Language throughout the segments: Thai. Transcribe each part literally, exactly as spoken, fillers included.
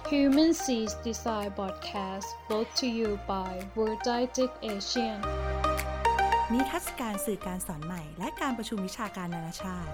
Human Seas Design Podcast brought to you by World Digest Asian นิทรรศการสื่อการสอนใหม่และการประชุมวิชาการนานาชาติ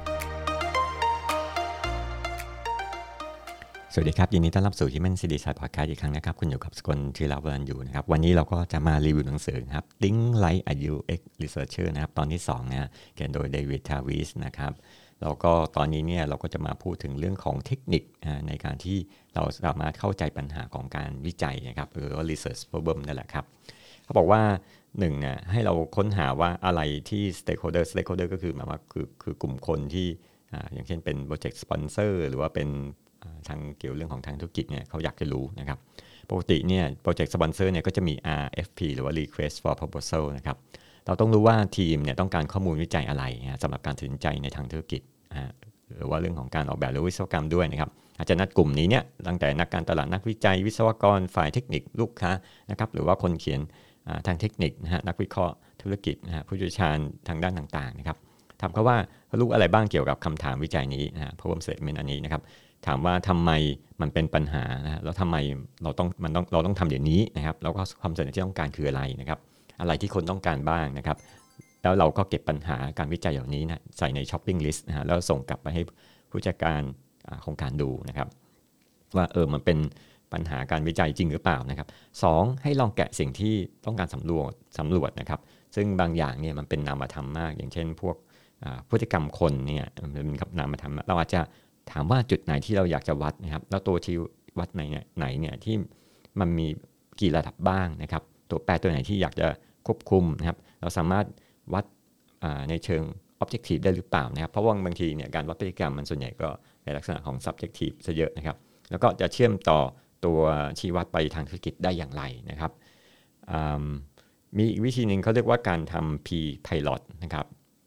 สวัสดีครับยินดีต้อนรับสู่ Human Seas Design Podcast อีกครั้งนะครับคุณอยู่กับสกลธีรวรรณอยู่นะครับวันนี้เราก็จะมารีวิวหนังสือครับ Think Like a ยู เอ็กซ์ Researcher นะครับตอนที่สองนะเขียนโดยเดวิดทาวิสนะครับแล้วก็ตอนนี้เนี่ยเราก็จะมาพูดถึงเรื่องของเทคนิคในการที่เราสามารถเข้าใจปัญหาของการวิจัยนะครับหรือว่า research problem นั่นแหละครับเขาบอกว่าหนึ่งเนี่ยให้เราค้นหาว่าอะไรที่ stakeholder stakeholder ก็คือหมายว่าคือคือกลุ่มคนที่อย่างเช่นเป็น project sponsor หรือว่าเป็นทางเกี่ยวเรื่องของทางธุรกิจเนี่ยเขาอยากจะรู้นะครับปกติเนี่ย project sponsor เนี่ยก็จะมี อาร์ เอฟ พี หรือว่า request for proposal นะครับเราต้องรู้ว่าทีมเนี่ยต้องการข้อมูลวิจัยอะไรนะสำหรับการตัดสินใจในทางธุรกิจหรือว่าเรื่องของการออกแบบหรือวิศวกรรมด้วยนะครับอาจจะนัดกลุ่มนี้เนี่ยตั้งแต่นักการตลาดนักวิจัยวิศวกรฝ่ายเทคนิคลูกค้านะครับหรือว่าคนเขียนทางเทคนิคนะฮะนักวิเคราะห์ธุรกิจนะฮะผู้เชี่ยวชาญทางด้านต่างๆนะครับถามเขาว่าเขารู้อะไรบ้างเกี่ยวกับคำถามวิจัยนี้นะฮะ problem statement อันนี้นะครับถามว่าทำไมมันเป็นปัญหานะฮะแล้วทำไมเราต้องมันต้องเราต้องทำอย่างนี้นะครับแล้วก็ความสำเร็จที่ต้องการคืออะไรนะครับอะไรที่คนต้องการบ้างนะครับแล้วเราก็เก็บปัญหาการวิจัยเหล่านี้นะใส่ในช้อปปิ้งลิสต์นะฮะแล้วส่งกลับไปให้ผู้จัดการโครงการดูนะครับว่าเออมันเป็นปัญหาการวิจัยจริงหรือเปล่านะครับสองให้ลองแกะสิ่งที่ต้องการสำรวจสำรวจนะครับซึ่งบางอย่างเนี่ยมันเป็นนามธรรมมากอย่างเช่นพวกพฤติกรรมคนเนี่ยมันเป็นนามธรรมเราอาจจะถามว่าจุดไหนที่เราอยากจะวัดนะครับแล้วตัวที่วัดไหนเนี่ยไหนเนี่ยที่มันมีกี่ระดับบ้างนะครับตัวแปรตัวไหนที่อยากจะควบคุมนะครับเราสามารถวัดในเชิง objective ได้หรือเปล่านะครับเพราะว่าบางทีเนี่ยการวัดพฤติกรรมมันส่วนใหญ่ก็ในลักษณะของ subjective ซะเยอะนะครับแล้วก็จะเชื่อมต่อตัวชี้วัดไปทางธุรกิจได้อย่างไรนะครับมีอีกวิธีหนึ่งเขาเรียกว่าการทำ P-pilot นะครับ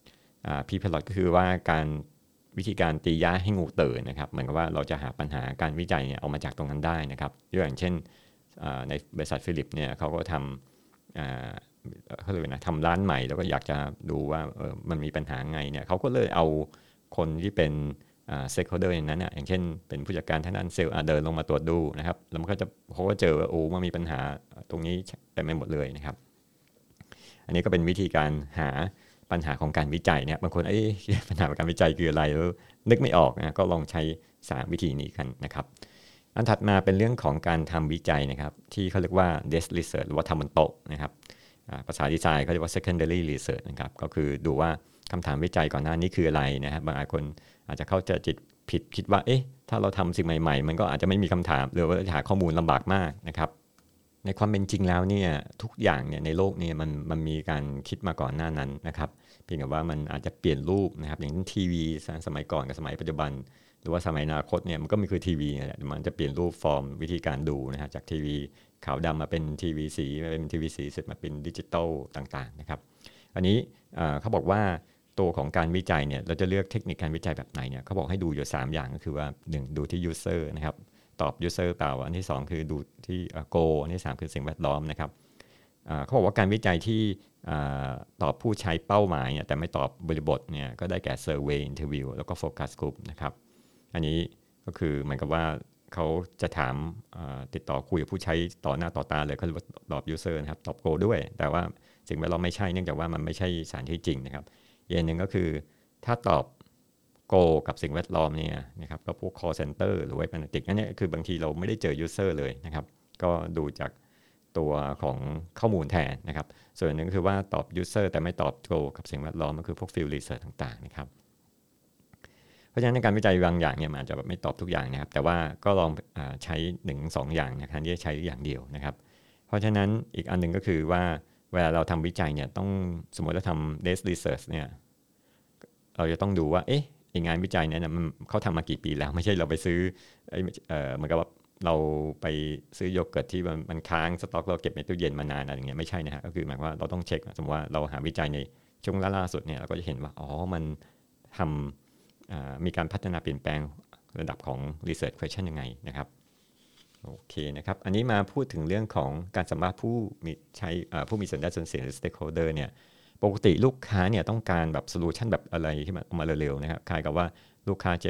P-pilot ก็คือว่าการวิธีการตีย่าให้งูตื่นนะครับเหมือนกับว่าเราจะหาปัญหาการวิจัยเนี่ยออกมาจากตรงนั้นได้นะครับอย่างเช่นในบริษัทฟิลิปเนี่ยเขาก็ทำเขาเรียกว่านะทำร้านใหม่แล้วก็อยากจะดูว่าเออมันมีปัญหาไงเนี่ยเขาก็เลยเอาคนที่เป็นสเต็กโฮลเดอร์อย่างนั้นนะอย่างเช่นเป็นผู้จัดการทางด้านเซลล์เดินลงมาตรวจดูนะครับแล้วมันก็จะเขาก็เจอว่าโอ้มันมีปัญหาตรงนี้เต็มไปหมดเลยนะครับอันนี้ก็เป็นวิธีการหาปัญหาของการวิจัยเนี่ยบางคนเอ๊ะปัญหาการวิจัยคืออะไรแล้วนึกไม่ออกนะก็ลองใช้สามวิธีนี้กันนะครับอันถัดมาเป็นเรื่องของการทำวิจัยนะครับที่เขาเรียกว่า desk research หรือว่าทำบนโต๊ะนะครับภาษาดีไซน์เขาเรียกว่า secondary research นะครับก็คือดูว่าคำถามวิจัยก่อนหน้านี้คืออะไรนะครับบางคนอาจจะเข้าใจจิตผิดคิดว่าเอ๊ะถ้าเราทำสิ่งใหม่ๆมันก็อาจจะไม่มีคำถามหรือว่าหาข้อมูลลำบากมากนะครับในความเป็นจริงแล้วเนี่ยทุกอย่างเนี่ยในโลกนี้มันมันมีการคิดมาก่อนหน้านั้นนะครับเพียงแต่ว่ามันอาจจะเปลี่ยนรูปนะครับอย่างเช่นทีวีสมัยก่อนกับสมัยปัจจุบันหรือว่าสมัยอนาคตเนี่ยมันก็มีคือทีวีแหละมันจะเปลี่ยนรูปฟอร์มวิธีการดูนะฮะจากทีวีขาวดำมาเป็นทีวีสีมาเป็นทีวีสีเสร็จมาเป็นดิจิตอลต่างๆนะครับอันนี้เขาบอกว่าตัวของการวิจัยเนี่ยเราจะเลือกเทคนิคการวิจัยแบบไหนเนี่ยเขาบอกให้ดูอยู่สามอย่างก็คือว่าหนึ่งดูที่ user นะครับตอบ user เปล่าอันที่สองคือดูที่ goal อันที่สามคือสิ่งแวดล้อมนะครับเขาบอกว่าการวิจัยที่ตอบผู้ใช้เป้าหมายเนี่ยแต่ไม่ตอบบริบทเนี่ยก็ได้แก่ survey interview แล้วก็ focus group นะครับอันนี้ก็คือเหมือนกับว่าเขาจะถามติดต่อคุยกับผู้ใช้ต่อหน้าต่อตาเลยเขาเรียกว่าตอบ user นะครับตอบ goal ด้วยแต่ว่าสิ่งแวดล้อมไม่ใช่เนื่องจากว่ามันไม่ใช่สถานที่จริงนะครับอย่างหนึ่งก็คือถ้าตอบ goal กับสิ่งแวดล้อมเนี่ยนะครับก็พวก call center หรือ web analytics นั่นเนี่ยคือบางทีเราไม่ได้เจอ user เลยนะครับก็ดูจากตัวของข้อมูลแทนนะครับส่วนหนึ่งคือว่าตอบ user แต่ไม่ตอบ goal กับสิ่งแวดล้อมก็คือพวก field research ต่างๆนะครับเพราะฉะนั้นในการวิจัยบางอย่างเนี่ยมันอาจจะแบบไม่ตอบทุกอย่างนะครับแต่ว่าก็ลองใช้ หนึ่งถึงสอง อย่างนะครับที่จะใช้อย่างเดียวนะครับเพราะฉะนั้นอีกอันนึงก็คือว่าเวลาเราทำวิจัยเนี่ยต้องสมมติเราทำ desk research เนี่ยเราจะต้องดูว่าเอ๊ะงานวิจัยเนี่ยมันเขาทำมากี่ปีแล้วไม่ใช่เราไปซื้อเอ่อเหมือนกับว่าเราไปซื้อโยเกิร์ตที่มันมันค้างสต็อกเราเก็บในตู้เย็นมานานอะไรอย่างเงี้ยไม่ใช่นะฮะก็คือหมายว่าเราต้องเช็คสมมติว่าเราหาวิจัยในช่วงล่าสุดเนี่ยเราก็จะเห็นว่าอ๋อมันทำมีการพัฒนาเปลี่ยนแปลงระดับของ research question ยังไงนะครับโอเคนะครับอันนี้มาพูดถึงเรื่องของการสัมภาษณ์ผู้มีใช้ผู้มีส่วนได้ส่วนเสียหรือ stakeholder เนี่ยปกติลูกค้าเนี่ยต้องการแบบโซลูชันแบบอะไรที่มันออกมาเร็วๆนะครับคล้ายกับว่าลูกค้าจะ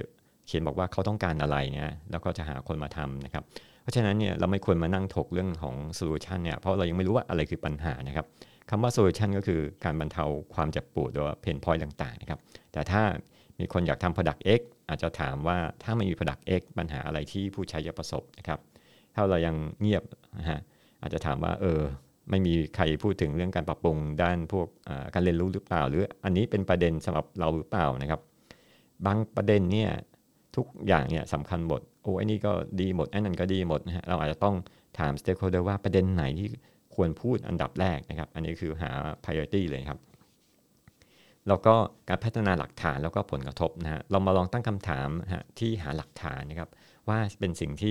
เขียนบอกว่าเขาต้องการอะไรเนี่ยแล้วก็จะหาคนมาทำนะครับเพราะฉะนั้นเนี่ยเราไม่ควรมานั่งถกเรื่องของโซลูชันเนี่ยเพราะเรายังไม่รู้ว่าอะไรคือปัญหานะครับคำว่าโซลูชันก็คือการบรรเทาความเจ็บปวดหรือว่าเพนพอยต์ต่างๆนะครับแต่ถ้ามีคนอยากทำ Product X อาจจะถามว่าถ้าไม่มี Product X ปัญหาอะไรที่ผู้ใช้จะประสบนะครับถ้าเรายังเงียบนะฮะอาจจะถามว่าเออไม่มีใครพูดถึงเรื่องการปรับปรุงด้านพวกการเรียนรู้หรือเปล่าหรืออันนี้เป็นประเด็นสำหรับเราหรือเปล่านะครับบางประเด็นเนี่ยทุกอย่างเนี่ยสำคัญหมดโอ้ไอ้นี่ก็ดีหมดไอ้นั่นก็ดีหมดนะฮะเราอาจจะต้องถาม stakeholder ว่าประเด็นไหนที่ควรพูดอันดับแรกนะครับอันนี้คือหา priority เลยครับแล้วก็การพัฒนาหลักฐานแล้วก็ผลกระทบนะฮะเรามาลองตั้งคำถามฮะที่หาหลักฐานนะครับว่าเป็นสิ่งที่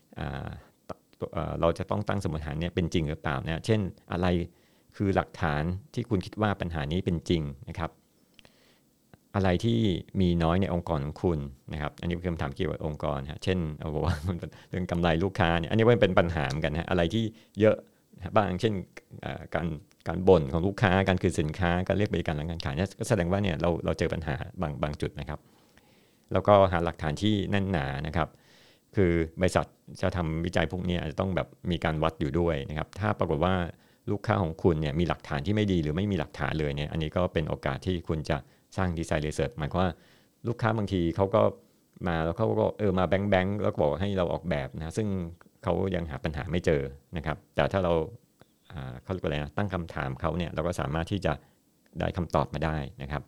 เราจะต้องตั้งสมมติฐานเนี่ยเป็นจริงหรือเปล่านะเช่นอะไรคือหลักฐานที่คุณคิดว่าปัญหานี้เป็นจริงนะครับอะไรที่มีน้อยในองค์กรของคุณนะครับอันนี้เป็นคำถามเกี่ยวกับองค์กรฮะเช่นเอาบอกว่าเรื่องกำไรลูกค้าเนี่ยอันนี้เป็นปัญหาเหมือนกันนะอะไรที่เยอะบ้างเช่นการการบ่นของลูกค้าการคืนสินค้าการเรียกบริการหลังการขายเนี่ยก็แสดงว่าเนี่ยเราเราเจอปัญหาบางบางจุดนะครับแล้วก็หาหลักฐานที่แน่นหนานะครับคือบริษัทจะทำวิจัยพวกนี้อาจจะต้องแบบมีการวัดอยู่ด้วยนะครับถ้าปรากฏว่าลูกค้าของคุณเนี่ยมีหลักฐานที่ไม่ดีหรือไม่มีหลักฐานเลยเนี่ยอันนี้ก็เป็นโอกาสที่คุณจะสร้างดีไซน์รีเสิร์ชหมายความว่าลูกค้าบางทีเขาก็มาแล้วเขาก็เออมาแบงค์แบงค์แล้วก็บอกให้เราออกแบบนะซึ่งเขายังหาปัญหาไม่เจอนะครับแต่ถ้าเราเขาเรียกว่าอะไรนะตั้งคำถามเขาเนี่ยเราก็สามารถที่จะได้คำตอบมาได้นะครับ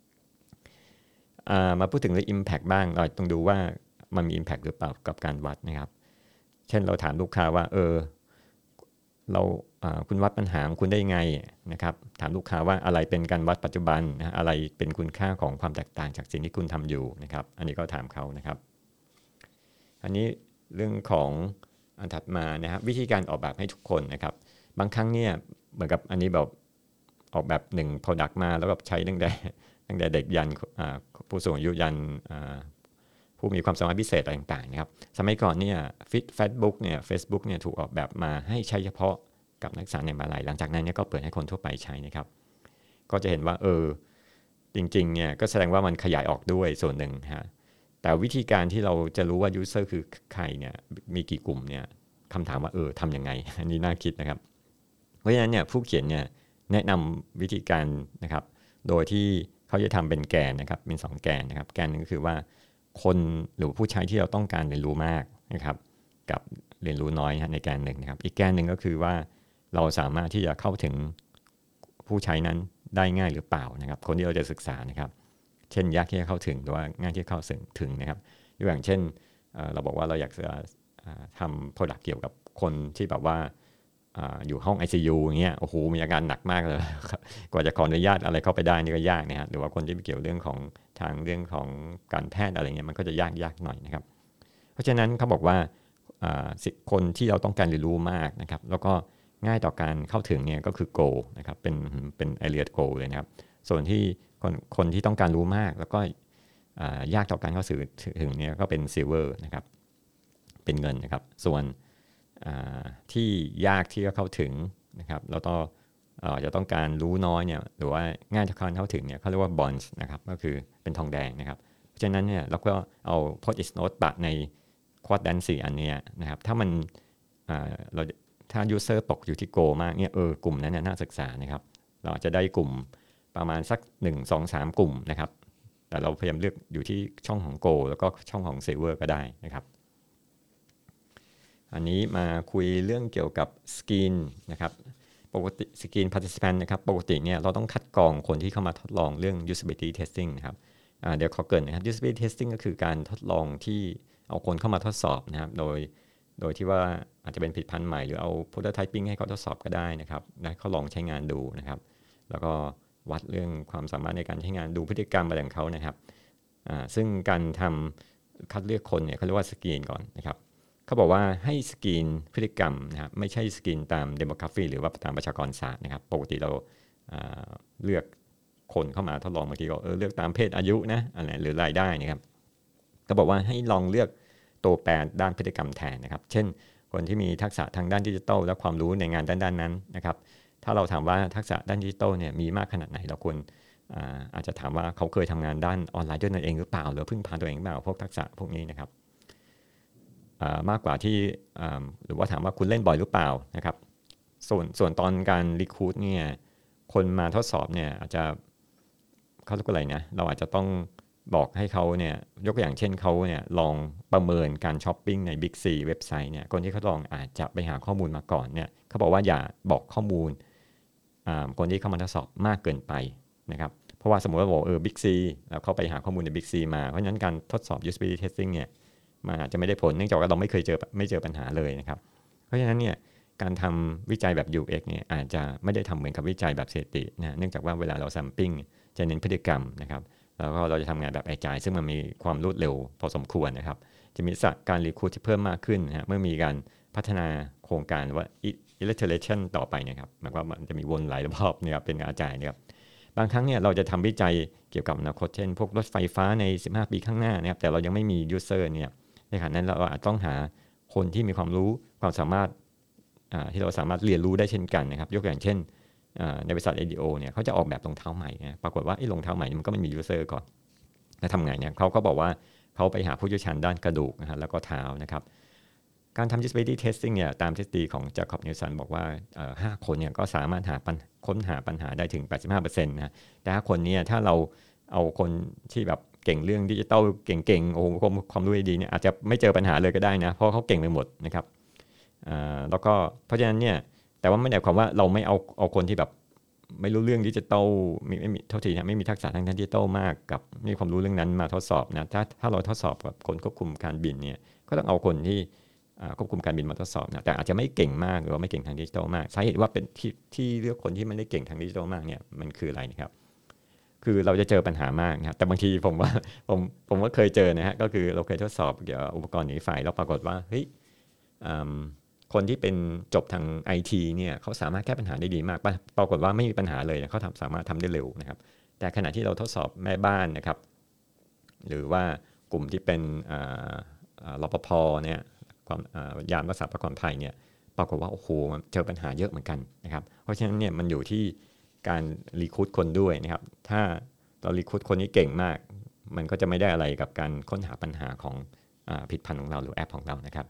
มาพูดถึงเรื่อง impact บ้างเราต้องดูว่ามันมี impact หรือเปล่ากับการวัดนะครับเช่นเราถามลูกค้าว่าเออเราคุณวัดปัญหาของคุณได้ไงนะครับถามลูกค้าว่าอะไรเป็นการวัดปัจจุบันนะอะไรเป็นคุณค่าของความแตกต่างจากสิ่งที่คุณทำอยู่นะครับอันนี้ก็ถามเขานะครับอันนี้เรื่องของอันถัดมานะครับวิธีการออกแบบให้ทุกคนนะครับบางครั้งเนี่ยเหมือนกับอันนี้แบบออกแบบหนึ่ง product มาแล้วก็ใช้ตั้งแต่ตั้งแต่เด็กยันผู้สูงอายุยันผู้มีความสามารถพิเศษอะไรต่างๆนะครับสมัยก่อนเนี่ยเฟซบุ๊กเนี่ยเฟซบุ๊กเนี่ยถูกออกแบบมาให้ใช้เฉพาะกับนักศึกษาในมหาลัยหลังจากนั้นเนี่ยก็เปิดให้คนทั่วไปใช้นะครับก็จะเห็นว่าเออจริงๆเนี่ยก็แสดงว่ามันขยายออกด้วยส่วนหนึ่งฮะแต่วิธีการที่เราจะรู้ว่า user คือใครเนี่ยมีกี่กลุ่มเนี่ยคำถามว่าเออทำยังไงอันนี้น่าคิดนะครับเพราะฉะนั้นเนี่ยผู้เขียนเนี่ยแนะนำวิธีการนะครับโดยที่เขาจะทำเป็นแกนนะครับเป็นสองแกนนะครับแกนนึงก็คือว่าคนหรือผู้ใช้ที่เราต้องการเรียนรู้มากนะครับกับเรียนรู้น้อยในแกนหนึ่งนะครับอีกแกนหนึ่งก็คือว่าเราสามารถที่จะเข้าถึงผู้ใช้นั้นได้ง่ายหรือเปล่านะครับคนที่เราจะศึกษานะครับเช่นยากที่จะเข้าถึงหรือว่าง่ายที่จะเข้าถึงนะครับอย่างเช่นเราบอกว่าเราอยากจะทำ product เกี่ยวกับคนที่แบบว่าอยู่ห้อง ไอ ซี ยู อย่างเงี้ยโอ้โหมีอาการหนักมากเลยกว่าจะขออนุญาตอะไรเข้าไปได้นี่ก็ยากนะฮะหรือว่าคนที่เกี่ยวเรื่องของทางเรื่องของการแพทย์อะไรเงี้ยมันก็จะยากยากหน่อยนะครับเพราะฉะนั้นเขาบอกว่าคนที่เราต้องการเรียนรู้มากนะครับแล้วก็ง่ายต่อการเข้าถึงเนี่ยก็คือ goal นะครับเป็นเป็น area goal เลยนะครับส่วนที่คนคนที่ต้องการรู้มากแล้วก็ยากต่อการเข้าถึงเนี่ยก็เป็น silver นะครับเป็นเงินนะครับส่วนที่ยากที่จะเข้าถึงนะครับแล้วก็จะต้องการรู้น้อยเนี่ยหรือว่าง่ายต่อการเข้าถึงเนี่ยเขาเรียกว่า bronze นะครับก็คือเป็นทองแดงนะครับเพราะฉะนั้นเนี่ยเราก็เอา post-it note ปะใน quadrant สี่อันนี้นะครับถ้ามันเราถ้า user ตกอยู่ที่ goal มากเนี่ยเออกลุ่มนั้นน่าศึกษานะครับเราอาจจะได้กลุ่มประมาณสักหนึ่ง สอง สามกลุ่มนะครับแต่เราพยายามเลือกอยู่ที่ช่องของ goal แล้วก็ช่องของ silver ก็ได้นะครับอันนี้มาคุยเรื่องเกี่ยวกับสกรีนนะครับปกติสกรีน participant นะครับปกติเนี่ยเราต้องคัดกรองคนที่เข้ามาทดลองเรื่อง usability testing นะครับเดี๋ยวขอเกริ่นนะครับ usability testing ก็คือการทดลองที่เอาคนเข้ามาทดสอบนะครับโดยโดยที่ว่าอาจจะเป็นผลิตภัณฑ์ใหม่หรือเอา prototyping ให้เขาทดสอบก็ได้นะครับและเขาลองใช้งานดูนะครับแล้วก็วัดเรื่องความสามารถในการใช้งานดูพฤติกรรมอะไรของเขานะครับซึ่งการทำคัดเลือกคนเนี่ยเขาเรียกว่าสกรีนก่อนนะครับเขาบอกว่าให้สกรีนพฤติกรรมนะครับไม่ใช่สกรีนตาม demography หรือว่าตามประชากรศาสตร์นะครับปกติเราเลือกคนเข้ามาทดลองบางทีก็เออเลือกตามเพศอายุนะอะไรหรือรายได้นะครับเขาบอกว่าให้ลองเลือกตัวแปรด้านพฤติกรรมแทนนะครับเช่นคนที่มีทักษะทางด้านดิจิทัลและความรู้ในงานด้านๆนั้นนะครับถ้าเราถามว่าทักษะด้านดิจิทัลเนี่ยมีมากขนาดไหนเราควรอ่าอาจจะถามว่าเขาเคยทำงานด้านออนไลน์ด้วยตนเองหรือเปล่าหรือพึ่งพาตัวเองหรือเปล่าพวกทักษะพวกนี้นะครับมากกว่าที่หรือว่าถามว่าคุณเล่นบ่อยหรือเปล่านะครับส่วนส่วนตอนการรีครูทเนี่ยคนมาทดสอบเนี่ยอาจจะเขาเรียกว่าอะไรนะเราอาจจะต้องบอกให้เขาเนี่ยยกตัวอย่างเช่นเขาเนี่ยลองประเมินการช้อปปิ้งใน Big C เว็บไซต์เนี่ยคนที่เขาลองอาจจะไปหาข้อมูลมาก่อนเนี่ยเขาบอกว่าอย่าบอกข้อมูลคนที่เข้ามาทดสอบมากเกินไปนะครับเพราะว่าสมมติว่าบอกเออ Big C แล้วเขาไปหาข้อมูลใน Big C มาเพราะฉะนั้นการทดสอบ usability testing เนี่ยมันอาจจะไม่ได้ผลเนื่องจากว่าเราไม่เคยเจอไม่เจอปัญหาเลยนะครับเพราะฉะนั้นเนี่ยการทำวิจัยแบบ ยู เอ็กซ์ เนี่ยอาจจะไม่ได้ทำเหมือนกับวิจัยแบบสถิตินะเนื่องจากว่าเวลาเรา sampling จะเน้นพฤติกรรมนะครับแล้วก็เราจะทำงานแบบ Agile ซึ่งมันมีความรวดเร็วพอสมควรนะครับจะมีศักยการรีครูทที่เพิ่มมากขึ้นนะเมื่อมีการพัฒนาโครงการว่า iteration ต่อไปนะครับหมายความว่ามันจะมีวนหลายรอบเนี่ยเป็น Agile นะครับบางครั้งเนี่ยเราจะทำวิจัยเกี่ยวกับอนาคตเช่นพวกรถไฟฟ้าในสิบห้าปีข้างหน้านะครับแต่เรายังไม่มี user เนี่ยในขณะนั้นเราอาจต้องหาคนที่มีความรู้ความสามารถที่เราสามารถเรียนรู้ได้เช่นกันนะครับยกตัวอย่างเช่นในบริษัท เอ ดี โอ เนี่ยเขาจะออกแบบรองเท้าใหม่นะปรากฏว่าไอ้รองเท้าใหม่มันก็ไม่มี user ก่อนแล้วทำไงเนี่ยเขาก็บอกว่าเขาไปหาผู้เชี่ยวชาญด้านกระดูกนะฮะแล้วก็เท้านะครับการทำ usability testing เนี่ยตามทฤษฎีของ Jacob Nielsen บอกว่าห้าคนเนี่ยก็สามารถหาค้นหาปัญหาได้ถึง แปดสิบห้าเปอร์เซ็นต์ นะแต่ถ้าคนนี้ถ้าเราเอาคนที่แบบเก่งเรื่องดิจิทัลเก่งๆโอ้โหความรู้ดีเนี่ยอาจจะไม่เจอปัญหาเลยก็ได้นะเพราะเขาเก่งไปหมดนะครับแล้วก็เพราะฉะนั้นเนี่ยแต่ว่าไม่ได้ความว่าเราไม่เอาเอาคนที่แบบไม่รู้เรื่องดิจิทัลไม่ไม่มีเท่าทีนะไม่มีทักษะทางด้านดิจิทัลมากกับมีความรู้เรื่องนั้นมาทดสอบนะถ้าถ้าเราทดสอบกับคนควบคุมการบินเนี่ยก็ต้องเอาคนที่ควบคุมการบินมาทดสอบนะแต่อาจจะไม่เก่งมากหรือว่าไม่เก่งทางดิจิทัลมากสาเหตุว่าเป็นที่ที่เลือกคนที่ไม่ได้เก่งทางดิจิทัลมากเนี่ยมันคืออะไรนะครับคือเราจะเจอปัญหามากนะครับแต่บางทีผมว่าผมผมก็เคยเจอนะฮะก็คือเราเคยทดสอบเกี่ยวกับอุปกรณ์หนีไฟแล้วปรากฏว่าเฮ้ยคนที่เป็นจบทาง ไอ ที เนี่ยเขาสามารถแก้ปัญหาได้ดีมากปรากฏว่าไม่มีปัญหาเลยเขาทำสามารถทำได้เร็วนะครับแต่ขณะที่เราทดสอบแม่บ้านนะครับหรือว่ากลุ่มที่เป็นรปภเนี่ยความยามรักษาความปลอดภัยเนี่ยปรากฏว่าโอ้โหเจอปัญหาเยอะเหมือนกันนะครับเพราะฉะนั้นเนี่ยมันอยู่ที่การรีครูทคนด้วยนะครับถ้าเรารีครูทคนนี้เก่งมากมันก็จะไม่ได้อะไรกับการค้นหาปัญหาของผลิตภัณฑ์ของเราหรือแอปของเรานะครับ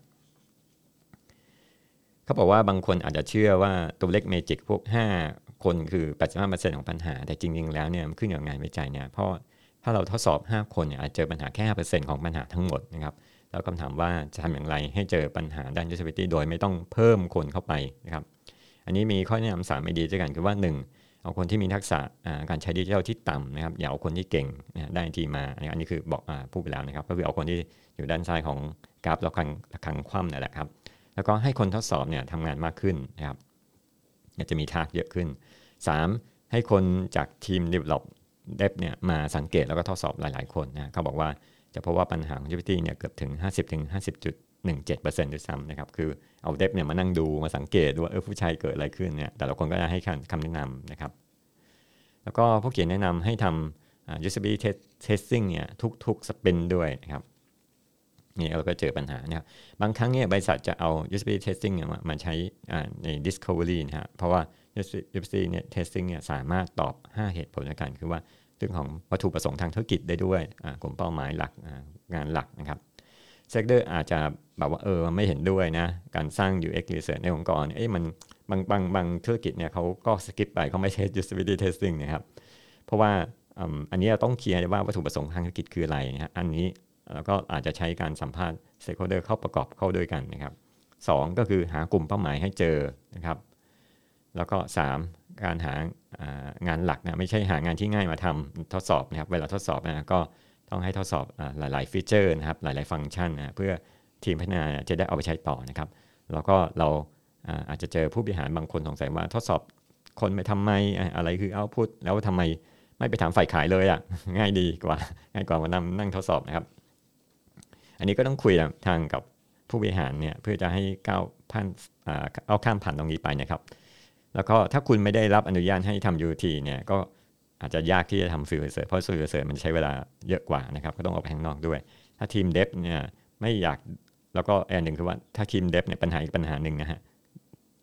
เขาบอกว่าบางคนอาจจะเชื่อว่าตัวเลขเมจิกพวกห้าคนคือ แปดสิบห้าเปอร์เซ็นต์ ของปัญหาแต่จริงๆแล้วเนี่ยมันขึ้นอยู่กับงานวิจัยเนี่ยเพราะถ้าเราทดสอบห้าคนเนี่ยอาจเจอปัญหาแค่ ห้าเปอร์เซ็นต์ ของปัญหาทั้งหมดนะครับแล้วคำถามว่าจะทำอย่างไรให้เจอปัญหาด้าน usability โดยไม่ต้องเพิ่มคนเข้าไปนะครับอันนี้มีข้อแนะนำสามไอเดียด้วยกันคือว่าหนึ่งเอาคนที่มีทักษะการใช้ดิจิทัลที่ต่ำนะครับอย่าเอาคนที่เก่งได้ทีมาอันนี้คือบอกพูดไปแล้วนะครับก็คือเอาคนที่อยู่ด้านซ้ายของกราฟแล้วระฆังคว่ำนั่นแหละครับแล้วก็ให้คนทดสอบเนี่ยทำงานมากขึ้นนะครับจะมีทาร์กเยอะขึ้นสามให้คนจากทีม develop dev เนี่ยมาสังเกตแล้วก็ทดสอบหลายๆคนนะเขาบอกว่าจะพบว่าปัญหาของ usability เนี่ยเกือบถึง ห้าสิบถึงห้าสิบจุดหนึ่งเจ็ดเปอร์เซ็นต์ ด้วยซ้ำนะครับคือเอา dev เนี่ยมานั่งดูมาสังเกตดูว่าเออผู้ชายเกิดอะไรขึ้นเนี่ยแต่ละคนก็จะให้คำแนะนำนะครับแล้วก็ผู้เขียนแนะนำให้ทำ usability testing เนี่ยทุกๆ sprint ด้วยนะครับนี่เราก็เจอปัญหานะครับบางครั้งเนี่ยบริษัทจะเอา usability testing เนี่ยมาใช้ใน discovery นะฮะเพราะว่า usability เนี่ย testing เนี่ยสามารถตอบห้าเหตุผลด้วยกันคือว่าเรื่องของวัตถุประสงค์ทางธุรกิจได้ด้วยกลุ่มเป้าหมายหลักงานหลักนะครับเซกเตอร์อาจจะแบบว่าเออไม่เห็นด้วยนะการสร้าง ยู เอ็กซ์ research ในองค์กรเอ้ยมันบางบางบางธุรกิจเนี่ยเขาก็สกิปไปเขาไม่ใช้ usability testing นะครับเพราะว่าอันนี้ต้องเคลียร์ว่าวัตถุประสงค์ทางธุรกิจคืออะไรนะฮะอันนี้แล้วก็อาจจะใช้การสัมภาษณ์ stakeholder เข้าประกอบเข้าด้วยกันนะครับสองก็คือหากลุ่มเป้าหมายให้เจอนะครับแล้วก็สามการหางานหลักนะไม่ใช่หางานที่ง่ายมาทำทดสอบนะครับเวลาทดสอบนะก็ต้องให้ทดสอบหลายๆฟีเจอร์นะครับหลายๆฟังก์ชันนะเพื่อทีมพัฒนาจะได้เอาไปใช้ต่อนะครับแล้วก็เราอาจจะเจอผู้บริหารบางคนสงสัยว่าทดสอบคนไปทำไมอะไรคือ output แล้วทำไมไม่ไปถามฝ่ายขายเลยอ่ะง่ายดีกว่าง่ายกว่ามานั่งนั่งทดสอบนะครับอันนี้ก็ต้องคุยทางกับผู้บริหารเนี่ยเพื่อจะให้ก้าวผ่านเอาข้ามผ่านตรงนี้ไปนะครับแล้วก็ถ้าคุณไม่ได้รับอนุญาตให้ทำ ยู ที เนี่ยก็อาจจะยากที่จะทำ field research เพราะ field research มันใช้เวลาเยอะกว่านะครับก็ต้องออกไปข้างนอกด้วยถ้าทีม dev เนี่ยไม่อยากแล้วก็อันหนึ่งคือว่าถ้าทีม dev เนี่ยปัญหาอีกปัญหาหนึ่งนะฮะ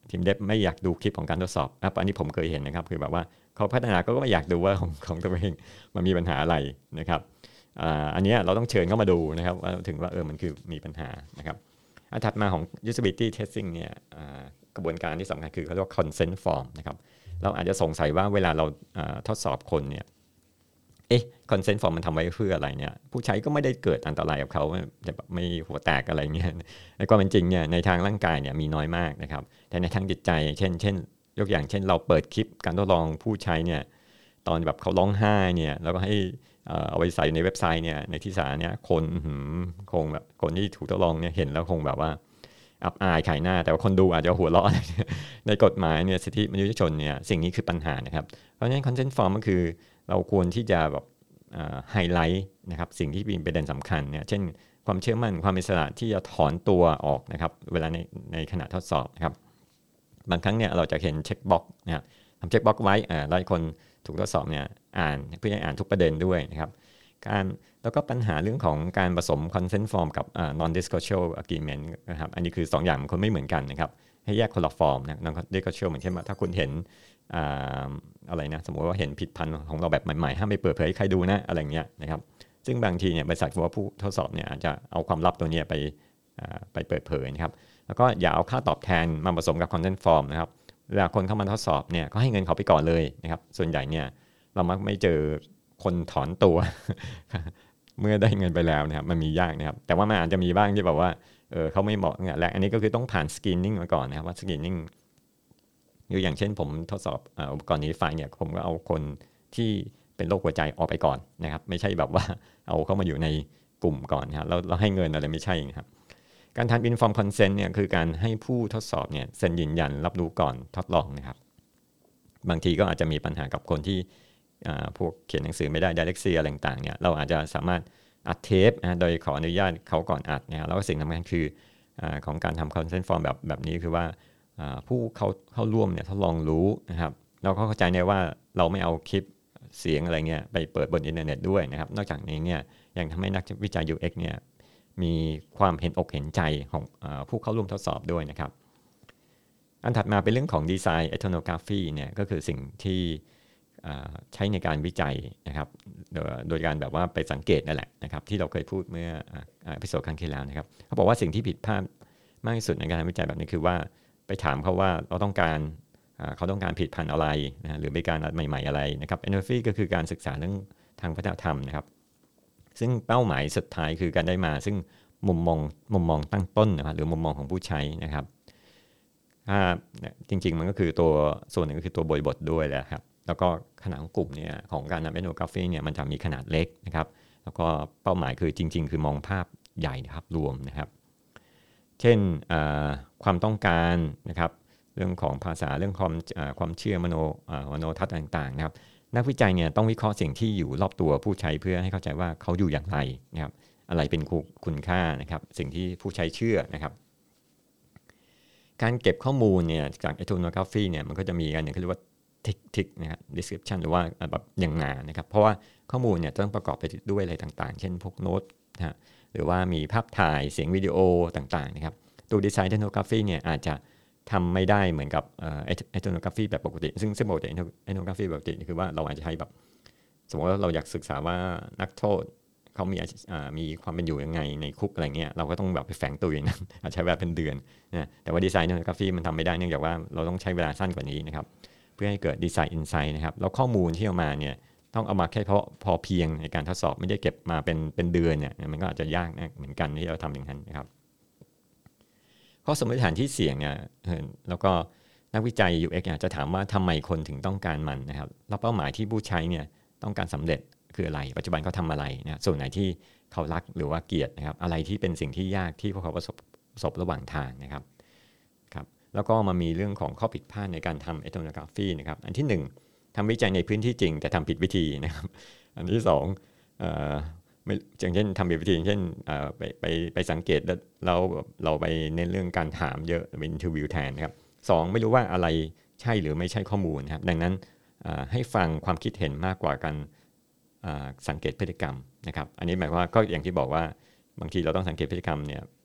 ทีมเดฟไม่อยากดูคลิปของการทดสอบอันนี้ผมเคยเห็นนะครับคือแบบว่าเขาพัฒนาก็ไม่อยากดูว่าของของตัวเองมันมีปัญหาอะไรนะครับอันนี้เราต้องเชิญเข้ามาดูนะครับว่าถึงว่าเออมันคือมีปัญหานะครับอันถัดมาของ usability testing เนี่ยกระบวนการที่สำคัญคือเขาเรียกว่า consent form นะครับเราอาจจะสงสัยว่าเวลาเราทดสอบคนเนี่ยเอ๊ะ consent form มันทำไว้เพื่ออะไรเนี่ยผู้ใช้ก็ไม่ได้เกิดอันตรายกับเขาแบบไม่หัวแตกอะไรเงี้ยในความเป็นจริงเนี่ยในทางร่างกายเนี่ยมีน้อยมากนะครับแต่ในทางจิตใจเช่นเช่นยกอย่างเช่นเราเปิดคลิปการทดลองผู้ใช้เนี่ยตอนแบบเขาร้องไห้เนี่ยแล้วก็ให้เอาไปใส่ในเว็บไซต์เนี่ยในที่สาธารณะเนี่ยคนคงแบบคนที่ถูกทดลองเนี่ยเห็นแล้วคงแบบว่าอับอายขายหน้าแต่ว่าคนดูอาจจะหัวเราะในกฎหมายเนี่ยสิทธิมนุษยชนเนี่ยสิ่งนี้คือปัญหานะครับเพราะฉะนั้น consent form ก็คือเราควรที่จะแบบไฮไลท์นะครับสิ่งที่เป็นประเด็นสำคัญเนี่ยเช่นความเชื่อมั่นความอิสระที่จะถอนตัวออกนะครับเวลาในในขณะทดสอบนะครับบางครั้งเนี่ยเราจะเห็นเช็คบ็อกซ์นะครับทำเช็คบ็อกซ์ไว้หลายคนถูกทดสอบเนี่ยอ่านเพื่อให้อ่านทุกประเด็นด้วยนะครับการแล้วก็ปัญหาเรื่องของการผสม consent form กับ non disclosure agreement นะครับอันนี้คือสองอย่างคนไม่เหมือนกันนะครับให้แยกคนละฟอร์มนะ non disclosure เหมือนเช่นว่าถ้าคุณเห็นอะไรนะสมมติว่าเห็นผิดพันธุ์ของเราแบบใหม่ๆห้ามไปเปิดเผยให้ใครดูนะอะไรเงี้ยนะครับซึ่งบางทีเนี่ยบริษัทหรือว่าผู้ทดสอบเนี่ยอาจจะเอาความลับตัวนี้ไปไปเปิดเผยนะครับแล้วก็อย่าเอาค่าตอบแทนมาผสมกับ consent form นะครับเวลาคนเข้ามาทดสอบเนี่ยก็ให้เงินเขาไปก่อนเลยนะครับส่วนใหญ่เนี่ยเรามักไม่เจอคนถอนตัว เมื่อได้เงินไปแล้วนะครับมันมียากนะครับแต่ว่ามันอาจจะมีบ้างที่แบบว่าเออเขาไม่เหมาะเนี่ยและอันนี้ก็คือต้องผ่านสกรีนนิ่งมาก่อนนะครับว่าสกรีนนิ่งอย่างเช่นผมทดสอบอุปกรณ์นี้ไฟเนี่ยผมก็เอาคนที่เป็นโรคหัวใจออกไปก่อนนะครับไม่ใช่แบบว่าเอาเข้ามาอยู่ในกลุ่มก่อนนะครับแล้วเราให้เงินอะไรไม่ใช่นะครับการทำ inform consent เนี่ยคือการให้ผู้ทดสอบเนี่ยเซ็นยืนยันรับรู้ก่อนทดลองนะครับบางทีก็อาจจะมีปัญหากับคนที่พวกเขียนหนังสือไม่ได้ dyslexia อะไรต่างๆเนี่ยเราอาจจะสามารถอัดเทปนะโดยขออนุญาตเขาก่อนอัดนะแล้วก็สิ่งสำคัญคือของการทำ consent form แบบแบบนี้คือว่าผู้เขาเข้าร่วมเนี่ยทดลองรู้นะครับเราก็เข้าใจได้ว่าเราไม่เอาคลิปเสียงอะไรเงี้ยไปเปิดบนอินเทอร์เน็ตด้วยนะครับนอกจากนี้เนี่ยยังทำให้นักวิจัย ยู เอ็กซ์ เนี่ยมีความเห็นอกเห็นใจของผู้เข้าร่วมทดสอบด้วยนะครับอันถัดมาเป็นเรื่องของ Design Ethnography เนี่ยก็คือสิ่งที่ใช้ในการวิจัยนะครับโดยการแบบว่าไปสังเกตนั่นแหละนะครับที่เราเคยพูดเมื่อเอพิโซดครั้งที่แล้วนะครับเขาบอกว่าสิ่งที่ผิดพลาดมากที่สุดในการวิจัยแบบนี้คือว่าไปถามเขาว่าเราต้องการเขาต้องการผลิตภัณฑ์อะไรนะหรือบริการใหม่ๆอะไรนะครับ Ethnography ก็คือการศึกษาเรื่องทางวัฒนธรรมนะครับซึ่งเป้าหมายสุดท้ายคือการได้มาซึ่งมุมมองมุมมองตั้งต้นนะครับหรือมุมมองของผู้ใช้นะครับถ้าจริงๆมันก็คือตัวส่วนหนึ่งก็คือตัวบริบทด้วยแหละครับแล้วก็ขนาดของกลุ่มเนี่ยของการทำ Ethnography เนี่ยมันจะมีขนาดเล็กนะครับแล้วก็เป้าหมายคือจริงๆคือมองภาพใหญ่นะครับรวมนะครับเช่นความต้องการนะครับเรื่องของภาษาเรื่องความความเชื่อมโนมโนทัศน์ต่างๆนะครับนักวิจัยเนี่ยต้องวิเคราะห์สิ่งที่อยู่รอบตัวผู้ใช้เพื่อให้เข้าใจว่าเขาอยู่อย่างไรนะครับอะไรเป็นคุณค่านะครับสิ่งที่ผู้ใช้เชื่อนะครับการเก็บข้อมูลเนี่ยจาก Ethnography เนี่ยมันก็จะมีกันอย่างที่เรียกว่า tick นะครับ description หรือว่าแบบอย่างหนานะครับเพราะว่าข้อมูลเนี่ยต้องประกอบไปด้วยอะไรต่างๆเช่นพวกโน้ตนะฮะหรือว่ามีภาพถ่ายเสียงวิดีโอต่างๆนะครับตัว Design Ethnography เนี่ยอาจจะทำไม่ได้เหมือนกับเอ่อ Ethnography แบบปกติซึ่งซึ่งปกติ Ethnography แบบปกติคือว่าเราอาจจะใช้แบบสมมติว่าเราอยากศึกษาว่านักโทษเขามีมีความเป็นอยู่ยังไงในคุกอะไรเงี้ยเราก็ต้องแบบไปแฝงตัวอย่างนั้นอาจใช้เวลาเป็นเดือนนะแต่ว่า Design Ethnography มันทำไม่ได้เนื่องจากว่าเราต้องใช้เวลาสั้นกว่านี้นะครับเพื่อให้เกิด Design Insight นะครับแล้วข้อมูลที่เอามาเนี่ยต้องเอามาแค่พอพอเพียงในการทดสอบไม่ได้เก็บมาเป็นเป็นเดือนเนี่ยมันก็อาจจะยากนะเหมือนกันที่เราทำอย่างนั้นนะครับข้อสมมติฐานที่เสี่ยงเนี่ยแล้วก็นักวิจัย ยู เอ็กซ์ จะถามว่าทำไมคนถึงต้องการมันนะครับแล้วเป้าหมายที่ผู้ใช้เนี่ยต้องการสำเร็จคืออะไรปัจจุบันเขาทำอะไรนะส่วนไหนที่เขารักหรือว่าเกลียดนะครับอะไรที่เป็นสิ่งที่ยากที่พวกเขาประสบประสบระหว่างทางนะครับครับแล้วก็มามีเรื่องของข้อผิดพลาดในการทำ Ethnography นะครับอันที่หนึ่งทำวิจัยในพื้นที่จริงแต่ทำผิดวิธีนะครับอันที่สองอย่างเช่นทำผิดวิธีอย่างเช่นไปไปไปสังเกตแล้วเราเราไปเน้นเรื่องการถามเยอะเป็นอินเทอร์วิวแทนนะครับสองไม่รู้ว่าอะไรใช่หรือไม่ใช่ข้อมูลนะครับดังนั้นให้ฟังความคิดเห็นมากกว่าการสังเกตพฤติกรรมนะครับอันนี้หมายความว่าก็อย่างที่บอกว่าบางทีเราต้องสังเกตพฤติกรรมเนี่ย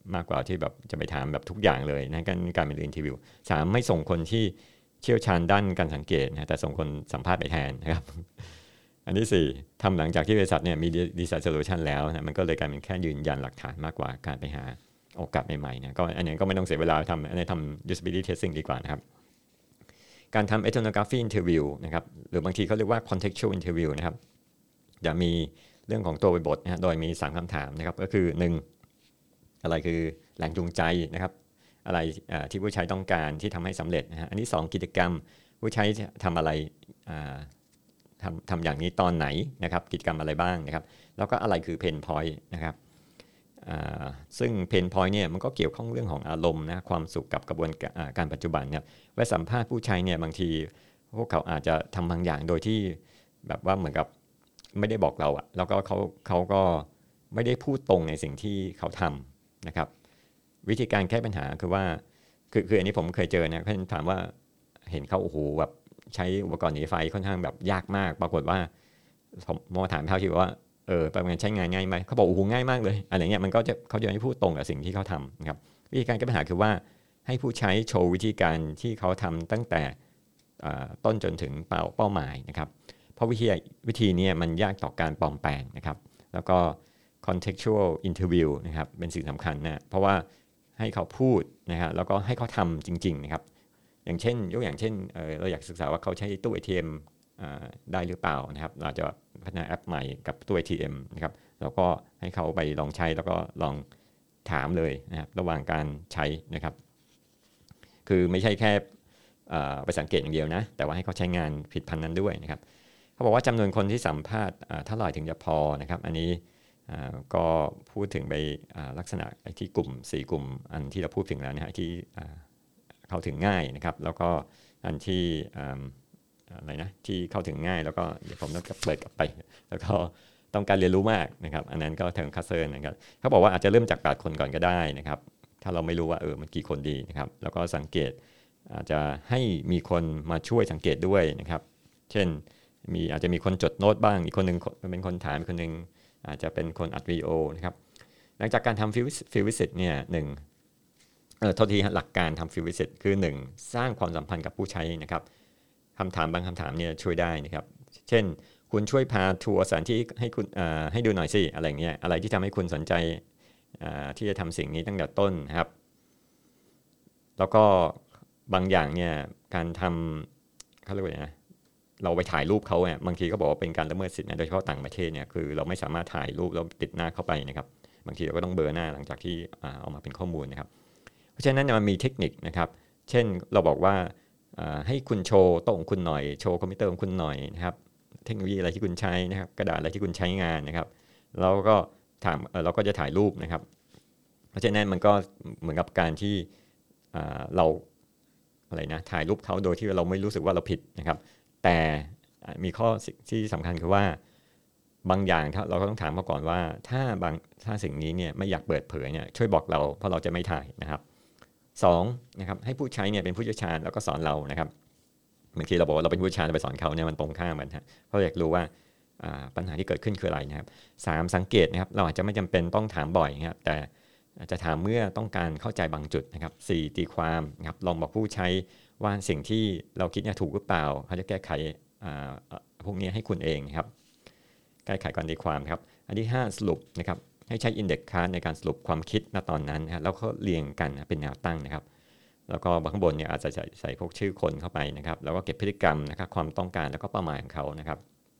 มากกว่าที่แบบจะไปถามแบบทุกอย่างเลยนะการการเป็นอินเทอร์วิวสามไม่ส่งคนที่เชี่ยวชาญด้านการสังเกตนะแต่ส่งคนสัมภาษณ์ไปแทนนะครับอันที่สี่ทำหลังจากที่บริษัทเนี่ยมีดีไซน์โซลูชันแล้วนะมันก็เลยกลายเป็นแค่ยืนยันหลักฐานมากกว่าการไปหาโอกาสใหม่ๆนะก็อันนี้ก็ไม่ต้องเสียเวลาทำอันนี้ทำ usability testing ดีกว่านะครับการทำ ethnography interview นะครับหรือบางทีเขาเรียกว่า contextual interview นะครับจะมีเรื่องของตัวบทนะฮะโดยมีสามคำถามนะครับก็คือหนึ่งอะไรคือแรงจูงใจนะครับอะไรที่ผู้ใช้ต้องการที่ทำให้สำเร็จนะฮะอันที่สองกิจกรรมผู้ใช้ทำอะไรทำทำอย่างนี้ตอนไหนนะครับกิจกรรมอะไรบ้างนะครับแล้วก็อะไรคือ pain point นะครับซึ่ง pain point เนี่ยมันก็เกี่ยวข้องเรื่องของอารมณ์นะความสุขกับกระบวนการปัจจุบันเนี่ยเวลาสัมภาษณ์ผู้ใช้เนี่ยบางทีพวกเขาอาจจะทำบางอย่างโดยที่แบบว่าเหมือนกับไม่ได้บอกเราอะแล้วก็เขาเขาก็ไม่ได้พูดตรงในสิ่งที่เขาทำนะครับวิธีการแก้ปัญหาคือว่าคือคืออันนี้ผมเคยเจอนะเขาถามว่าเห็นเขาโอ้โหแบบใช้อุปกรณ์หนีไฟค่อนข้างแบบยากมากปรากฏว่าผมมาถามเขาที่ว่าเออประมาณใช้งานง่ายไหมเขาบอกโอ้โหง่ายมากเลยอะไรเงี้ยมันก็จะเขาจะไม่พูดตรงกับสิ่งที่เขาทำนะครับวิธีการแก้ปัญหาคือว่าให้ผู้ใช้โชว์วิธีการที่เขาทำตั้งแต่ต้นจนถึงเป้าเป้าหมายนะครับเพราะวิธีวิธีนี้มันยากต่อการปลอมแปลงนะครับแล้วก็ contextual interview นะครับเป็นสิ่งสำคัญนะเพราะว่าให้เขาพูดนะครับแล้วก็ให้เขาทำจริงๆนะครับอย่างเช่นยกอย่างเช่น เอ่อ เราอยากศึกษาว่าเขาใช้ตู้ เอ ที เอ็ม ได้หรือเปล่านะครับเราจะพัฒนาแอปใหม่กับตู้ เอ ที เอ็ม นะครับแล้วก็ให้เขาไปลองใช้แล้วก็ลองถามเลยนะครับระหว่างการใช้นะครับคือไม่ใช่แค่ไปสังเกตอย่างเดียวนะแต่ว่าให้เขาใช้งานผิดพันนั้นด้วยนะครับเขาบอกว่าจำนวนคนที่สัมภาษณ์เท่าไหร่ถึงจะพอนะครับอันนี้ก็พูดถึงไปลักษณะที่กลุ่มสี่กลุ่มอันที่เราพูดถึงแล้วนะฮะที่เข้าถึงง่ายนะครับแล้วก็อันที่อะไรนะที่เข้าถึงง่ายแล้วก็เดี๋ยวผมต้องเปิดกลับไปแล้วก็ต้องการเรียนรู้มากนะครับอันนั้นก็ถึงคัสเซิร์นนะครับเขาบอกว่าอาจจะเริ่มจากแปดคนก่อนก็ได้นะครับถ้าเราไม่รู้ว่าเออมันกี่คนดีนะครับแล้วก็สังเกตอาจจะให้มีคนมาช่วยสังเกตด้วยนะครับเช่นมีอาจจะมีคนจดโน้ตบ้างอีกคนนึงเป็นคนถามอีกคนนึงอาจจะเป็นคนอัดวิดีโอนะครับหลังจากการทำฟิลวิสิตเนี่ยหนึ่งเออโทษทีหลักการทำฟิลวิสิตคือหนึ่งสร้างความสัมพันธ์กับผู้ใช้นะครับคำถามบางคำถามเนี่ยช่วยได้นะครับเช่นคุณช่วยพาทัวร์สถานที่ให้คุณให้ดูหน่อยสิอะไรเงี้ยอะไรที่ทำให้คุณสนใจที่จะทำสิ่งนี้ตั้งแต่ต้นนะครับแล้วก็บางอย่างเนี่ยการทำเขาเรียกว่าไงนะเราไปถ่ายรูปเขาเนี่ยบางทีเขาบอกว่าเป็นการละเมิดสิทธินะโดยเฉพาะต่างประเทศเนี่ยคือเราไม่สามารถถ่ายรูปแล้วติดหน้าเข้าไปนะครับบางทีเราก็ต้องเบลอหน้าหลังจากที่เอามาเป็นข้อมูลนะครับเพราะฉะนั้นมันมีเทคนิคนะครับเช่นเราบอกว่าให้คุณโชว์โต๊ะของคุณหน่อยโชว์คอมพิวเตอร์ของคุณหน่อยนะครับเทคโนโลยีอะไรที่คุณใช้นะครับกระดาษอะไรที่คุณใช้งานนะครับแล้วก็ถามเราก็จะถ่ายรูปนะครับเพราะฉะนั้นมันก็เหมือนกับการที่เราอะไรนะถ่ายรูปเขาโดยที่เราไม่รู้สึกว่าเราผิดนะครับแต่มีข้อที่สำคัญคือว่าบางอย่างเราก็ต้องถามเขาก่อนว่าถ้าบางถ้าสิ่งนี้เนี่ยไม่อยากเปิดเผยเนี่ยช่วยบอกเราเพราะเราจะไม่ถ่ายนะครับสองนะครับให้ผู้ใช้เนี่ยเป็นผู้เชี่ยวชาญแล้วก็สอนเรานะครับบางทีเราบอกว่าเราเป็นผู้เชี่ยวชาญไปสอนเขาเนี่ยมันตรงข้ามกันฮะเพราะอยากรู้ว่าปัญหาที่เกิดขึ้นคืออะไรนะครับสามสังเกตนะครับเราอาจจะไม่จำเป็นต้องถามบ่อยนะครับแต่จะถามเมื่อต้องการเข้าใจบางจุดนะครับสี่ตีความนะครับลองบอกผู้ใช้ว่าสิ่งที่เราคิดเนี่ยถูกหรือเปล่าเขาจะแก้ไขพวกนี้ให้คุณเองครับแก้ไขก่อนตีความครับอันที่ห้าสรุปนะครับให้ใช้ index card ในการสรุปความคิดณตอนนั้นนะแล้วก็เรียงกันเป็นแนวตั้งนะครับแล้วก็ข้างบนเนี่ยอาจจะใส่ใส่พวกชื่อคนเข้าไปนะครับแล้วก็เก็บพฤติกรรมนะครับความต้องการแล้วก็เป้าหมายของเขานะครับ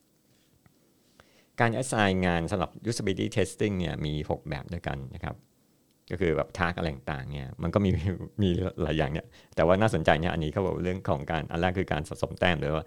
การ assign งานสำหรับ usability testing เนี่ยมีหกแบบด้วยกันนะครับก็คือแบบทาร์กอะไรต่างๆเนี่ยมันก็มีมีหลายอย่างเนี่ยแต่ว่าน่าสนใจเนี่ยอันนี้เขาบอกเรื่องของการอันแรกคือการสะสมแต้มหรือว่า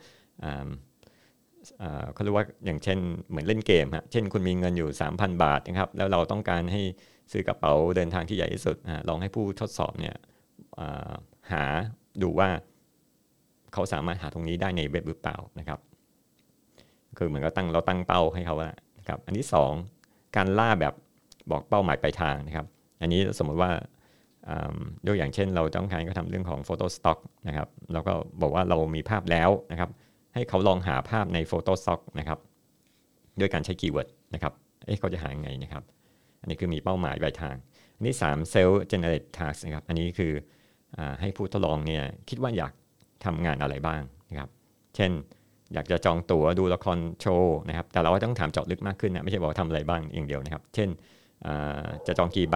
เขาเรียกว่าอย่างเช่นเหมือนเล่นเกมฮะเช่นคุณมีเงินอยู่ สามพัน บาทนะครับแล้วเราต้องการให้ซื้อกระเป๋าเดินทางที่ใหญ่ที่สุดลองให้ผู้ทดสอบเนี่ยหาดูว่าเขาสามารถหาตรงนี้ได้ในเว็บหรือเปล่านะครับคือเหมือนก็ตั้งเราตั้งเป้าให้เขาแล้วนะครับอันที่สองการล่าแบบบอกเป้าหมายปลายทางนะครับอันนี้สมมติว่ายกอย่างเช่นเราต้องการก็ทำเรื่องของ Photo Stock นะครับแล้วก็บอกว่าเรามีภาพแล้วนะครับให้เขาลองหาภาพใน Photo Stock นะครับด้วยการใช้คีย์เวิร์ดนะครับเอ๊ะเขาจะหายังไงนะครับอันนี้คือมีเป้าหมายปลายทางอันที่สาม self generate task นะครับอันนี้คืออ่าให้ผู้ทดลองเนี่ยคิดว่าอยากทำงานอะไรบ้างนะครับเช่นอยากจะจองตั๋วดูละครโชว์นะครับแต่เราก็ต้องถามเจาะลึกมากขึ้นนะไม่ใช่บอกว่าทำอะไรบ้างอย่างเดียวนะครับเช่นจะจองกี่ใบ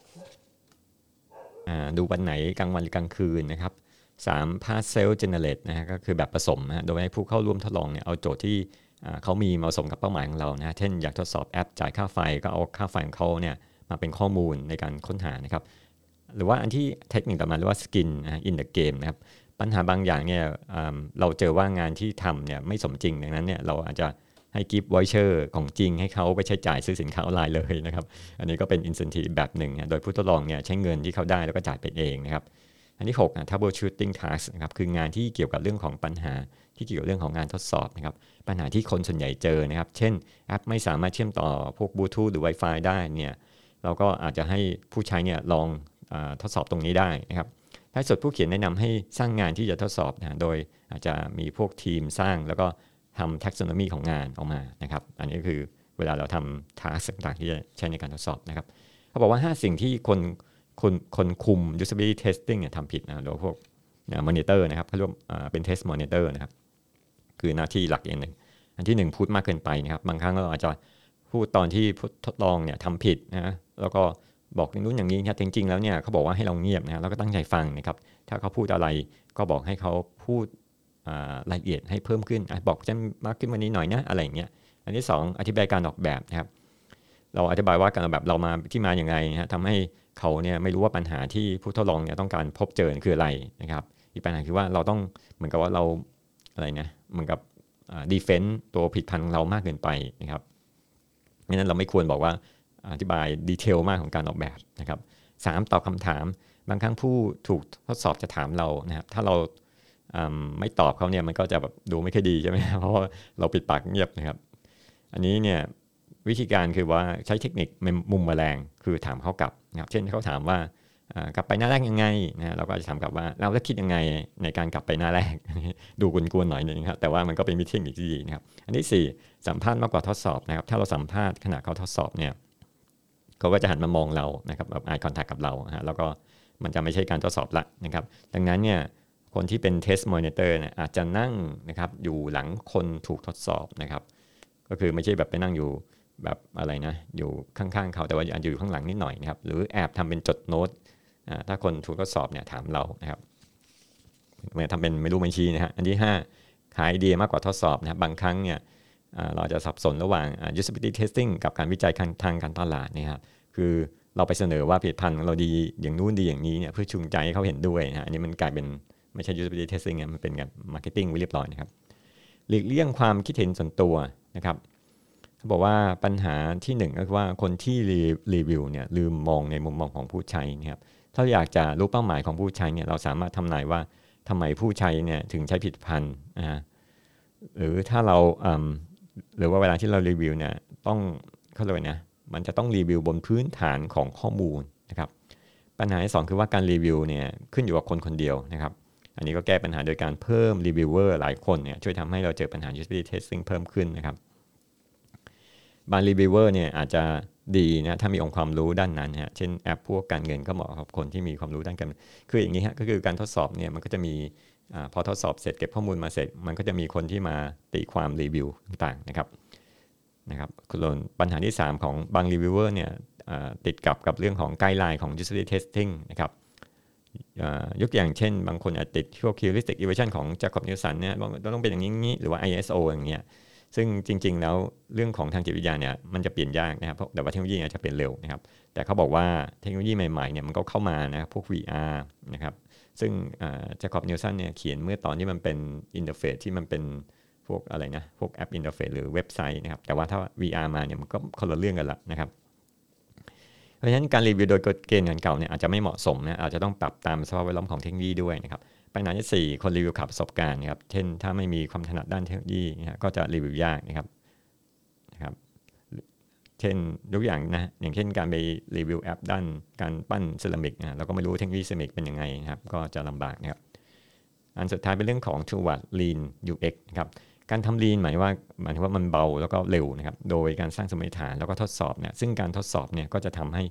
ดูวันไหนกลางวันหรือกลางคืนนะครับสาม pass self generate นะฮะก็คือแบบผสมนะโดยให้ผู้เข้าร่วมทดลองเนี่ยเอาโจทย์ที่เขามีมาผสมกับเป้าหมายของเรานะเช่นอยากทดสอบแอปจ่ายค่าไฟก็เอาค่าไฟของเขาเนี่ยมาเป็นข้อมูลในการค้นหานะครับหรือว่าอันที่เทคนิคต่อมาเรียกว่า skin in the game นะครับปัญหาบางอย่างเนี่ยเราเจอว่างานที่ทำเนี่ยไม่สมจริงดังนั้นเนี่ยเราอาจจะให้กิฟต์วอเชอร์ของจริงให้เขาไปใช้จ่ายซื้อสินค้าออนไลน์เลยนะครับอันนี้ก็เป็น incentive แบบหนึ่งนะโดยผู้ทดลองเนี่ยใช้เงินที่เขาได้แล้วก็จ่ายไปเองนะครับอันที่หกนะ troubleshooting task นะครับคืองานที่เกี่ยวกับเรื่องของปัญหาที่เกี่ยวกับเรื่องของงานทดสอบนะครับปัญหาที่คนส่วนใหญ่เจอนะครับเช่นแอปไม่สามารถเชื่อมต่อพวกบลูทูธหรือ Wi-Fi ได้เนี่ยเราก็อาจจะให้ผู้ใช้เนี่ยลองอาทดสอบตรงนี้ได้นะครับท้ายสุดผู้เขียนแนะนำให้สร้างงานที่จะทดสอบนะโดยอาจจะมีพวกทีมสร้างแล้วก็ทำ taxonomy ของงานออกมานะครับอันนี้คือเวลาเราทำ task ต่างๆที่จะใช้ในการทดสอบนะครับเขาบอกว่าห้าสิ่งที่คนคนคนคุม usability testing เนี่ยทำผิดนะโดยพวก monitor นะครับเขาเรียกเป็น test monitor นะครับคือหน้าที่หลักอย่างหนึ่งอันที่หนึ่งพูดมากเกินไปนะครับบางครั้งเราอาจจะพูดตอนที่ทดลองเนี่ยทำผิดนะแล้วก็บอกอย่างนู้นอย่างนี้ครับจริงๆแล้วเนี่ยเขาบอกว่าให้เราเงียบนะแล้วก็ตั้งใจฟังนะครับถ้าเขาพูดอะไรก็บอกให้เขาพูดรายละเอียดให้เพิ่มขึ้นบอกจะมากขึ้นวันนี้หน่อยนะอะไรอย่างเงี้ยอันที่สองอธิบายการออกแบบนะครับเราอธิบายว่าการออกแบบเรามาที่มาอย่างไรนะทำให้เขาเนี่ยไม่รู้ว่าปัญหาที่ผู้ทดลองเนี่ยต้องการพบเจอคืออะไรนะครับอีกปัญหาคือว่าเราต้องเหมือนกับว่าเราอะไรนะเหมือนกับดีเฟนต์ตัวผลิตภัณฑ์ของเรามากเกินไปนะครับเพราะฉะนั้นเราไม่ควรบอกว่าอธิบายดีเทลมากของการออกแบบนะครับสามตอบคำถามบางครั้งผู้ถูกทดสอบจะถามเรานะครับถ้าเราไม่ตอบเขาเนี่ยมันก็จะแบบดูไม่ค่อยดีใช่ไหมเพราะว่าเราปิดปากเงียบนะครับอันนี้เนี่ยวิธีการคือว่าใช้เทคนิคมุมแมลงคือถามเขากลับนะครับเช่นเขาถามว่ากลับไปหน้าแรกยังไงนะเราก็จะถามกลับว่าเราจะคิดยังไงในการกลับไปหน้าแรกดูกวนๆหน่อยนึงครับแต่ว่ามันก็เป็นวิธีที่ดีนะครับอันที่สี่สัมภาษณ์มากกว่าทดสอบนะครับถ้าเราสัมภาษณ์ขณะเขาทดสอบเนี่ยเขาก็จะหันมามองเรานะครับแบบ eye contact กับเราฮะแล้วก็มันจะไม่ใช่การทดสอบละนะครับดังนั้นเนี่ยคนที่เป็น test monitor เนี่ยอาจจะนั่งนะครับอยู่หลังคนถูกทดสอบนะครับก็คือไม่ใช่แบบไปนั่งอยู่แบบอะไรนะอยู่ข้างๆเขาแต่ว่าอาจจะอยู่ข้างหลังนิดหน่อยนะครับหรือแอบทำเป็นจดโน้ตถ้าคนถูกทดสอบเนี่ยถามเรานะครับเหมือนทำเป็นไม่รู้ไม่ชี้นะฮะอันที่ห้าขายไอเดียมากกว่าทดสอบนะครับบางครั้งเนี่ยเราจะสับสนระหว่าง usability testing กับการวิจัยทางการตลาดนะครับคือเราไปเสนอว่าผลิตภัณฑ์เราดีอย่างนู้นดีอย่างนี้เนี่ยเพื่อจูงใจให้เขาเห็นด้วยนะอันนี้มันกลายเป็นไม่ใช่ usability testing มันเป็นแบบ marketing ไว้เรียบร้อยนะครับหลีกเลี่ยงความคิดเห็นส่วนตัวนะครับเขาบอกว่าปัญหาที่หนึ่งก็คือว่าคนที่รีวิวเนี่ยลืมมองในมุมมองของผู้ใช้นะครับถ้าอยากจะรู้เป้าหมายของผู้ใช้เนี่ยเราสามารถทำนายว่าทำไมผู้ใช้เนี่ยถึงใช้ผลิตภัณฑ์นะฮะหรือถ้าเราหรือว่าเวลาที่เรารีวิวเนี่ยต้องเขาเรียกว่านะมันจะต้องรีวิวบนพื้นฐานของข้อมูลนะครับปัญหาที่สองคือว่าการรีวิวเนี่ยขึ้นอยู่กับคนคนเดียวนะครับอันนี้ก็แก้ปัญหาโดยการเพิ่มรีวิวเวอร์หลายคนเนี่ยช่วยทำให้เราเจอปัญหา usability testing เพิ่มขึ้นนะครับบางรีวิวเวอร์เนี่ยอาจจะดีนะถ้ามีองค์ความรู้ด้านนั้นฮะเช่นแอปพวกการเงินก็เหมาะกับคนที่มีความรู้ด้านการคืออย่างนี้ฮะก็คือการทดสอบเนี่ยมันก็จะมีอ่าพอทดสอบเสร็จเก็บข้อมูลมาเสร็จมันก็จะมีคนที่มาตีความรีวิวต่างๆนะครับนะครับส่วนปัญหาที่สามของบางรีวิวเวอร์เนี่ยติดกับกับเรื่องของไกด์ไลน์ของ usability testing นะครับยกอย่างเช่นบางคนอาจติดพวก heuristic evaluation ของ Jacob Nielsen เนี่ยต้องเป็นอย่างนี้หรือว่า ไอ เอส โอ อย่างเงี้ยซึ่งจริงๆแล้วเรื่องของทางจิตวิทยาเนี่ยมันจะเปลี่ยนยากนะครับเพราะแต่ว่าเทคโนโลยีอาจจะเปลี่ยนเร็วนะครับแต่เขาบอกว่าเทคโนโลยีใหม่ๆเนี่ยมันก็เข้ามานะพวก วี อาร์ นะครับซึ่งJacob Nielsenเนี่ยเขียนเมื่อตอนที่มันเป็นอินเทอร์เฟซที่มันเป็นพวกอะไรนะพวกแอปอินเทอร์เฟซหรือเว็บไซต์นะครับแต่ว่าถ้า วี อาร์ มาเนี่ยมันก็คนละเรื่องกันละนะครับเพราะฉะนั้นการรีวิวโดยกฎเกณฑ์เก่าเนี่ยอาจจะไม่เหมาะสมนะอาจจะต้องปรับตามสภาพแวดล้อมของเทคโนโลยีด้วยนะครับปัญหาที่สี่คนรีวิวขาดประสบการณ์นะครับเช่นถ้าไม่มีความถนัดด้านเทคโนโลยีนะก็จะรีวิวยากนะครับนะครับเช่นยกอย่างนะอย่างเช่นการไปรีวิวแอปด้านการปั้นเซรามิกนะเราก็ไม่รู้เทคโนโลยีเซรามิกเป็นยังไงนะครับก็จะลำบากนะครับอันสุดท้ายเป็นเรื่องของ Toward Lean ยู เอ็กซ์ นะครับการทำ Lean หมายว่าหมายถึงว่ามันเบาแล้วก็เร็วนะครับโดยการสร้างสมมติฐานแล้วก็ทดสอบเนี่ยซึ่งการทดสอบเนี่ยก็จะทำให้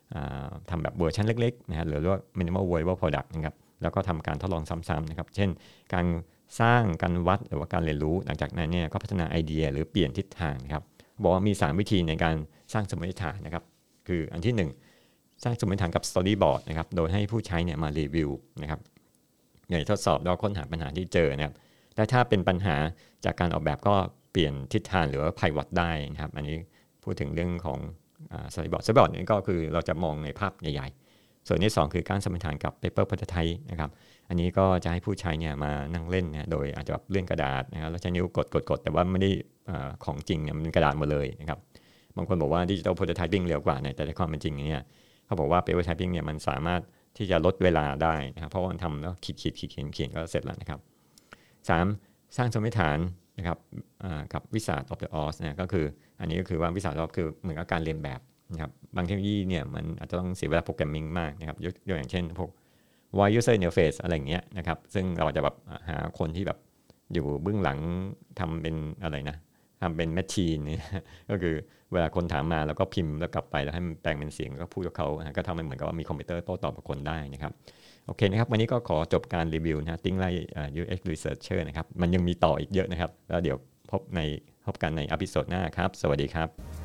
ทำแบบเวอร์ชันเล็กๆนะฮะหรือว่า minimal viable product นะครับแล้วก็ทำการทดลองซ้ำๆนะครับเช่นการสร้างการวัดหรือว่าการเรียนรู้หลังจากนั้นเนี่ยก็พัฒนาไอเดียหรือเปลี่ยนทิศทางนะครับบอกว่ามีสามวิธีในการสร้างสมมติฐานนะครับคืออันที่หนึ่งสร้างสมมติฐานกับ storyboard นะครับโดยให้ผู้ใช้เนี่ยมารีวิวนะครับอย่างทดสอบแล้วค้นหาปัญหาที่เจอนะครับและถ้าเป็นปัญหาจากการออกแบบก็เปลี่ยนทิศทางหรือว่า pivot ได้นะครับอันนี้พูดถึงเรื่องของstoryboard storyboard นี่ก็คือเราจะมองในภาพใหญ่ๆส่วนที่สองคือการสมมติฐานกับ paper prototype นะครับอันนี้ก็จะให้ผู้ใช้เนี่ยมานั่งเล่นนะโดยอาจจะแบบเลื่อนกระดาษนะครับแล้วใช้นิ้วกดกดกดแต่ว่าไม่ได้ของจริงเนี่ยมันเป็นกระดาษหมดเลยนะครับบางคนบอกว่า digital prototyping เร็วกว่าแต่ในความเป็นจริงเนี่ยเขาบอกว่า paper prototyping เนี่ยมันสามารถที่จะลดเวลาได้นะครับเพราะว่ามันทำแล้วขีดขีดขีดเขียนเขียนก็เสร็จแล้วนะครับสามสร้างสมมติฐานนะครับกับวิสัช of the Oz นะก็คืออันนี้ก็คือว่าวิสัช of คือเหมือนกับการเรียนแบบนะครับบางเทคโนโลยีเนี่ยมันอาจจะต้องเสียเวลาโปรแกรมมิ่งมากนะครับยกตัวอย่างเช่นพวกwide user interface อะไรอย่างเงี้ยนะครับซึ่งเราจะแบบหาคนที่แบบอยู่เบื้องหลังทำเป็นอะไรนะทำเป็นแมชชีนเนี่ยก็คือเวลาคนถามมาแล้วก็พิมพ์แล้วกลับไปแล้วให้มันแปลงเป็นเสียงแล้วก็พูดกับเขาก็ทำให้เหมือนกับว่ามีคอมพิวเตอร์โต้ตอบกับคนได้นะครับโอเคนะครับวันนี้ก็ขอจบการรีวิวนะ Think Like ยู เอ็กซ์ Researcher นะครับมันยังมีต่ออีกเยอะนะครับแล้วเดี๋ยวพบในพบกันในอพิโซดหน้าครับสวัสดีครับ